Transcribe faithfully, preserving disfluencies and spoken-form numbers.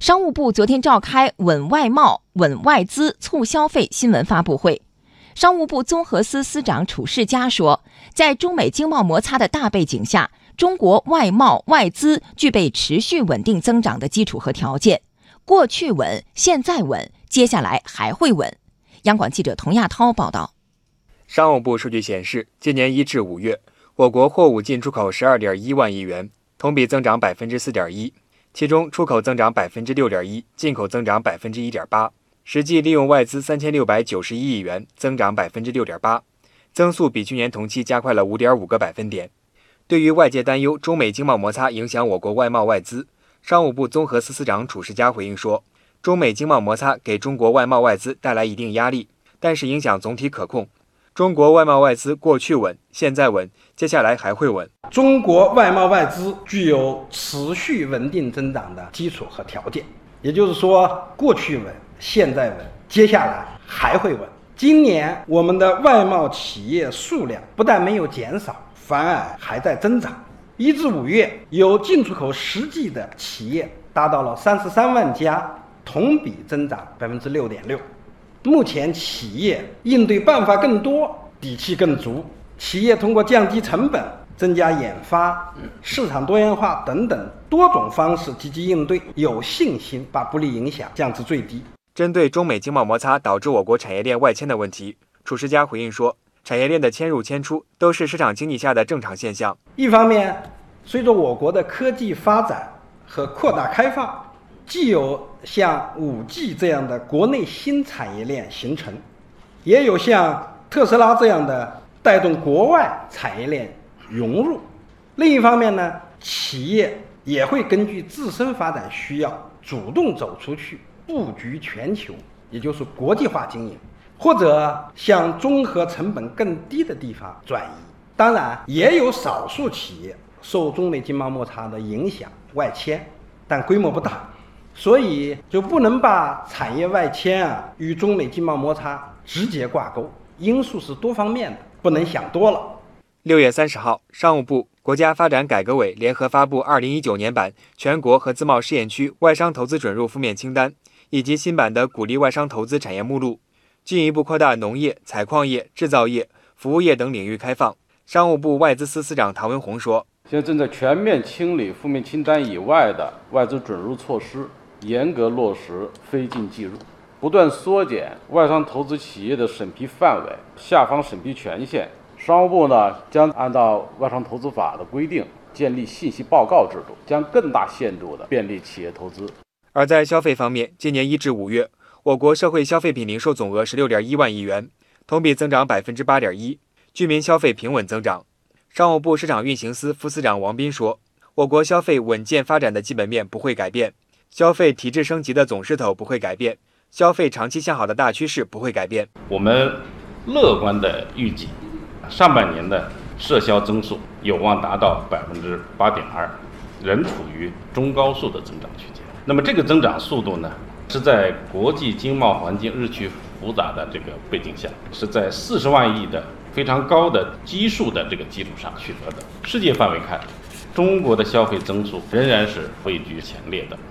商务部昨天召开稳外贸、稳外资、促消费新闻发布会。商务部综合司司长褚世佳说，在中美经贸摩擦的大背景下，中国外贸外资具备持续稳定增长的基础和条件。过去稳，现在稳，接下来还会稳。央广记者童亚涛报道。 商务部数据显示，今年一至五月，我国货物进出口十二点一万亿元，同比增长百分之四点一。其中出口增长百分之六点一，进口增长百分之一点八，实际利用外资三千六百九十一亿元，增长百分之六点八，增速比去年同期加快了五点五个百分点。对于外界担忧中美经贸摩擦影响我国外贸外资，商务部综合司司长褚世佳回应说，中美经贸摩擦给中国外贸外资带来一定压力，但是影响总体可控。中国外贸外资过去稳，现在稳，接下来还会稳。 中国外贸外资具有持续稳定增长的基础和条件，也就是说，过去稳，现在稳，接下来还会稳。今年我们的外贸企业数量不但没有减少，反而还在增长。一至五月，有进出口实际的企业达到了三十三万家，同比增长百分之六点六。目前企业应对办法更多，底气更足。企业通过降低成本、增加研发、市场多元化等等多种方式积极应对，有信心把不利影响降至最低。 针对中美经贸摩擦导致我国产业链外迁的问题，褚世佳回应说，产业链的迁入迁出都是市场经济下的正常现象。 一方面，随着我国的科技发展和扩大开放，既有像 五 G 这样的国内新产业链形成，也有像特斯拉这样的带动国外产业链融入。另一方面呢，企业也会根据自身发展需要，主动走出去，布局全球，也就是国际化经营，或者向综合成本更低的地方转移。当然，也有少数企业受中美经贸摩擦的影响外迁，但规模不大。所以就不能把产业外迁啊与中美经贸摩擦直接挂钩，因素是多方面的，不能想多了。 六月三十号，商务部、国家发展改革委联合发布二零一九年版全国和自贸试验区外商投资准入负面清单，以及新版的鼓励外商投资产业目录，进一步扩大农业、采矿业、制造业、服务业等领域开放。商务部外资司司长唐文宏说， 现在正在全面清理负面清单以外的外资准入措施，严格落实非禁即入，不断缩减外商投资企业的审批范围、下放审批权限。商务部呢将按照外商投资法的规定，建立信息报告制度，将更大限度地便利企业投资。 而在消费方面，今年一至五月，我国社会消费品零售总额十六点一万亿元，同比增长百分之八点一，居民消费平稳增长。商务部市场运行司副司长王斌说，我国消费稳健发展的基本面不会改变。消费体制升级的总势头不会改变，消费长期向好的大趋势不会改变。 我们乐观的预计，上半年的社销增速有望达到百分之八点二，仍处于中高速的增长区间。那么这个增长速度呢，是在国际经贸环境日趋复杂的这个背景下，是在四十万亿的非常高的基数的这个基础上取得的。世界范围看，中国的消费增速仍然是位居前列的。